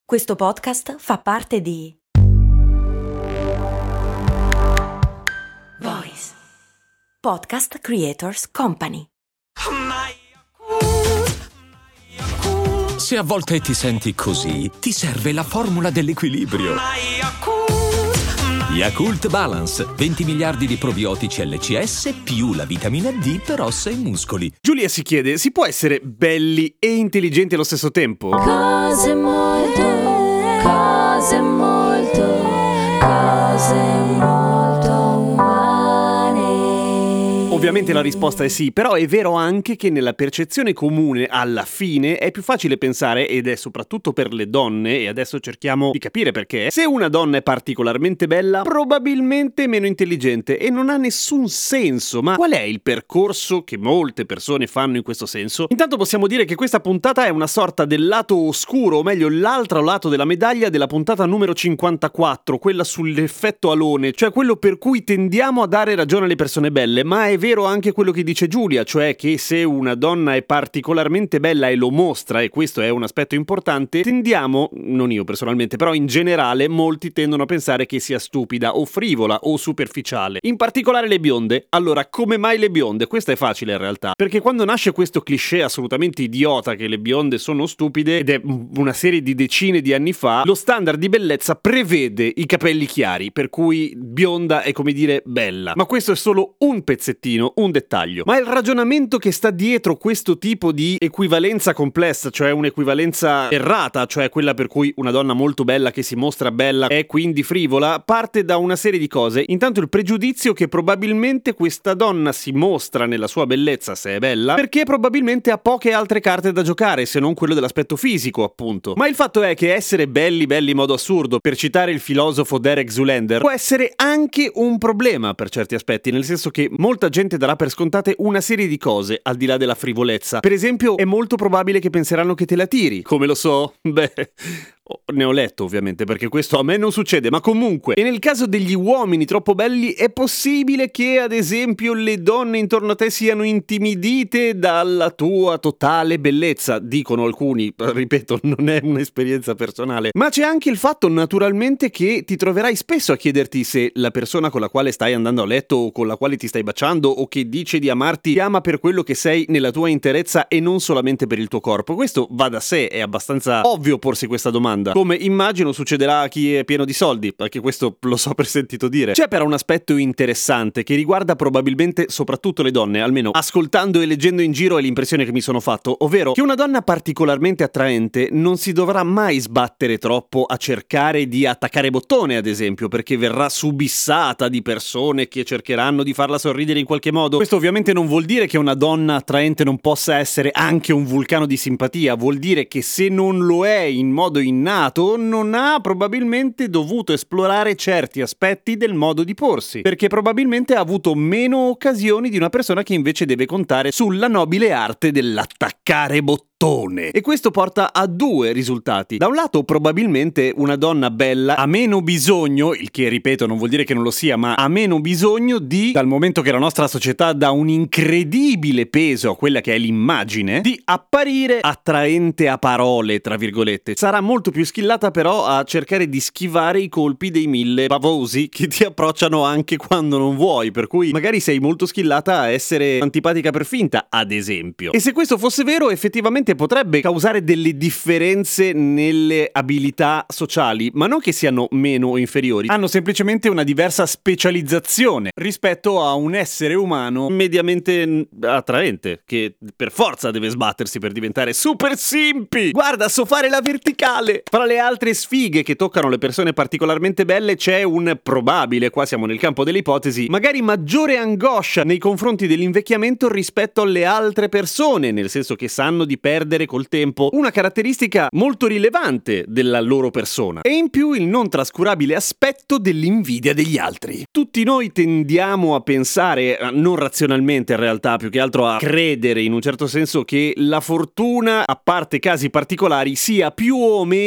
Questo podcast fa parte di Voice Podcast Creators Company. Se a volte ti senti così, ti serve la formula dell'equilibrio. Yakult Balance, 20 miliardi di probiotici LCS più la vitamina D per ossa e muscoli. Giulia si chiede, si può essere belli e intelligenti allo stesso tempo? Cose molto umane. Ovviamente la risposta è sì, però è vero anche che nella percezione comune alla fine è più facile pensare, ed è soprattutto per le donne, e adesso cerchiamo di capire perché, se una donna è particolarmente bella, probabilmente è meno intelligente, e non ha nessun senso. Ma qual è il percorso che molte persone fanno in questo senso? Intanto possiamo dire che questa puntata è una sorta del lato oscuro, o meglio l'altro lato della medaglia della puntata numero 54, quella sull'effetto alone, cioè quello per cui tendiamo a dare ragione alle persone belle, ma è vero anche quello che dice Giulia, cioè che se una donna è particolarmente bella e lo mostra, e questo è un aspetto importante, tendiamo, non io personalmente, però in generale molti tendono a pensare che sia stupida o frivola o superficiale. In particolare le bionde. Allora, come mai le bionde? Questa è facile in realtà, perché quando nasce questo cliché assolutamente idiota che le bionde sono stupide, ed è una serie di decine di anni fa, lo standard di bellezza prevede i capelli chiari, per cui bionda è come dire bella. Ma questo è solo un pezzettino, un dettaglio. Ma il ragionamento che sta dietro questo tipo di equivalenza complessa, cioè un'equivalenza errata, cioè quella per cui una donna molto bella che si mostra bella è quindi frivola, parte da una serie di cose. Intanto il pregiudizio che probabilmente questa donna si mostra nella sua bellezza, se è bella, perché probabilmente ha poche altre carte da giocare, se non quello dell'aspetto fisico, appunto. Ma il fatto è che essere belli in modo assurdo, per citare il filosofo Derek Zoolander, può essere anche un problema per certi aspetti, nel senso che molta gente darà per scontate una serie di cose al di là della frivolezza. Per esempio, è molto probabile che penseranno che te la tiri. Come lo so? Beh, ne ho letto ovviamente, perché questo a me non succede, ma comunque. E nel caso degli uomini troppo belli è possibile che ad esempio le donne intorno a te siano intimidite dalla tua totale bellezza, dicono alcuni, ripeto, non è un'esperienza personale. Ma c'è anche il fatto naturalmente che ti troverai spesso a chiederti se la persona con la quale stai andando a letto o con la quale ti stai baciando o che dice di amarti ti ama per quello che sei nella tua interezza e non solamente per il tuo corpo. Questo va da sé, è abbastanza ovvio porsi questa domanda, come immagino succederà a chi è pieno di soldi, perché questo lo so per sentito dire. C'è però un aspetto interessante che riguarda probabilmente soprattutto le donne, almeno ascoltando e leggendo in giro è l'impressione che mi sono fatto, ovvero che una donna particolarmente attraente non si dovrà mai sbattere troppo a cercare di attaccare bottone, ad esempio, perché verrà subissata di persone che cercheranno di farla sorridere in qualche modo. Questo ovviamente non vuol dire che una donna attraente non possa essere anche un vulcano di simpatia, vuol dire che se non lo è in modo innato, non ha probabilmente dovuto esplorare certi aspetti del modo di porsi, perché probabilmente ha avuto meno occasioni di una persona che invece deve contare sulla nobile arte dell'attaccare bottone. E questo porta a due risultati. Da un lato, probabilmente una donna bella ha meno bisogno, il che ripeto non vuol dire che non lo sia, ma ha meno bisogno di, dal momento che la nostra società dà un incredibile peso a quella che è l'immagine, di apparire attraente a parole, tra virgolette. Sarà molto più skillata però a cercare di schivare i colpi dei 1000 bavosi che ti approcciano anche quando non vuoi, per cui magari sei molto skillata a essere antipatica per finta, ad esempio. E se questo fosse vero, effettivamente potrebbe causare delle differenze nelle abilità sociali, ma non che siano meno o inferiori, hanno semplicemente una diversa specializzazione rispetto a un essere umano mediamente attraente, che per forza deve sbattersi per diventare super simpi. Guarda, so fare la verticale! Fra le altre sfighe che toccano le persone particolarmente belle c'è un probabile, qua siamo nel campo delle ipotesi, magari maggiore angoscia nei confronti dell'invecchiamento rispetto alle altre persone, nel senso che sanno di perdere col tempo una caratteristica molto rilevante della loro persona, e in più il non trascurabile aspetto dell'invidia degli altri. Tutti noi tendiamo a pensare, non razionalmente in realtà, più che altro a credere in un certo senso che la fortuna, a parte casi particolari, sia più o meno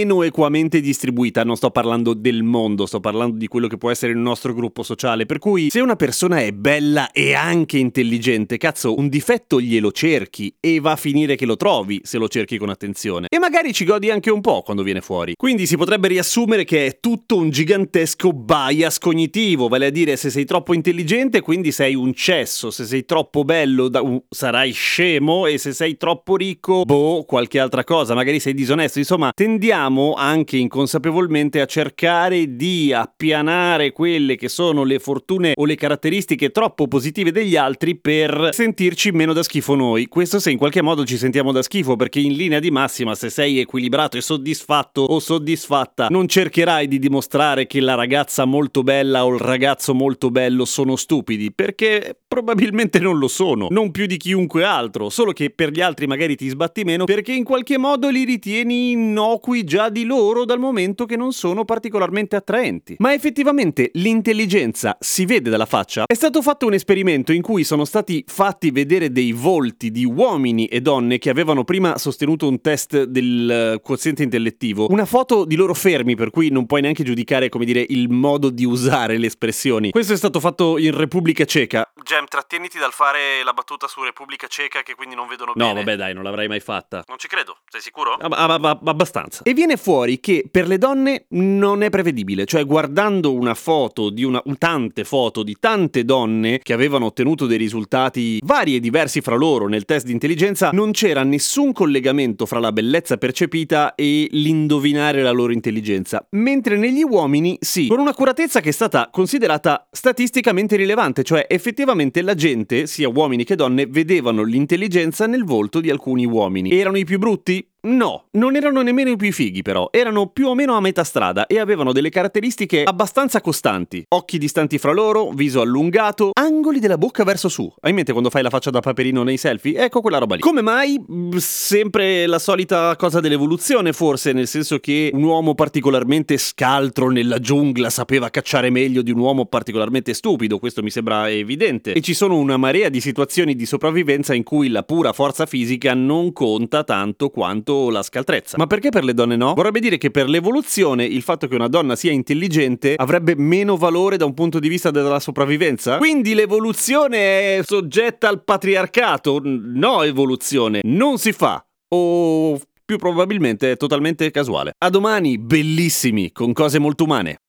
meno equamente distribuita. Non sto parlando del mondo, sto parlando di quello che può essere il nostro gruppo sociale. Per cui se una persona è bella e anche intelligente, cazzo, un difetto glielo cerchi e va a finire che lo trovi se lo cerchi con attenzione. E magari ci godi anche un po' quando viene fuori. Quindi si potrebbe riassumere che è tutto un gigantesco bias cognitivo, vale a dire se sei troppo intelligente quindi sei un cesso, se sei troppo bello sarai scemo e se sei troppo ricco, qualche altra cosa, magari sei disonesto. Insomma, tendiamo anche inconsapevolmente a cercare di appianare quelle che sono le fortune o le caratteristiche troppo positive degli altri per sentirci meno da schifo noi. Questo se in qualche modo ci sentiamo da schifo, perché in linea di massima se sei equilibrato e soddisfatto o soddisfatta non cercherai di dimostrare che la ragazza molto bella o il ragazzo molto bello sono stupidi, perché probabilmente non lo sono, non più di chiunque altro, solo che per gli altri magari ti sbatti meno perché in qualche modo li ritieni innocui già di loro dal momento che non sono particolarmente attraenti. Ma effettivamente l'intelligenza si vede dalla faccia? È stato fatto un esperimento in cui sono stati fatti vedere dei volti di uomini e donne che avevano prima sostenuto un test del quoziente intellettivo, una foto di loro fermi, per cui non puoi neanche giudicare, come dire, il modo di usare le espressioni. Questo è stato fatto in Repubblica Ceca. Gem, trattieniti dal fare la battuta su Repubblica Ceca che quindi non vedono bene. No, vabbè dai, non l'avrei mai fatta. Non ci credo, sei sicuro? Abbastanza. E viene fuori che per le donne non è prevedibile, cioè guardando una foto di tante foto di tante donne che avevano ottenuto dei risultati vari e diversi fra loro nel test di intelligenza, non c'era nessun collegamento fra la bellezza percepita e l'indovinare la loro intelligenza, mentre negli uomini sì, con un'accuratezza che è stata considerata statisticamente rilevante, cioè effettivamente la gente, sia uomini che donne, vedevano l'intelligenza nel volto di alcuni uomini. Erano i più brutti? No, non erano nemmeno i più fighi però, erano più o meno a metà strada e avevano delle caratteristiche abbastanza costanti. Occhi distanti fra loro, viso allungato, angoli della bocca verso su. Hai in mente quando fai la faccia da Paperino nei selfie? Ecco quella roba lì. Come mai? Sempre la solita cosa dell'evoluzione forse, nel senso che un uomo particolarmente scaltro nella giungla sapeva cacciare meglio di un uomo particolarmente stupido, questo mi sembra evidente. E ci sono una marea di situazioni di sopravvivenza in cui la pura forza fisica non conta tanto quanto la scaltrezza. Ma perché per le donne no? Vorrebbe dire che per l'evoluzione il fatto che una donna sia intelligente avrebbe meno valore da un punto di vista della sopravvivenza? Quindi l'evoluzione è soggetta al patriarcato? No, evoluzione non si fa. O più probabilmente è totalmente casuale. A domani, bellissimi, con cose molto umane.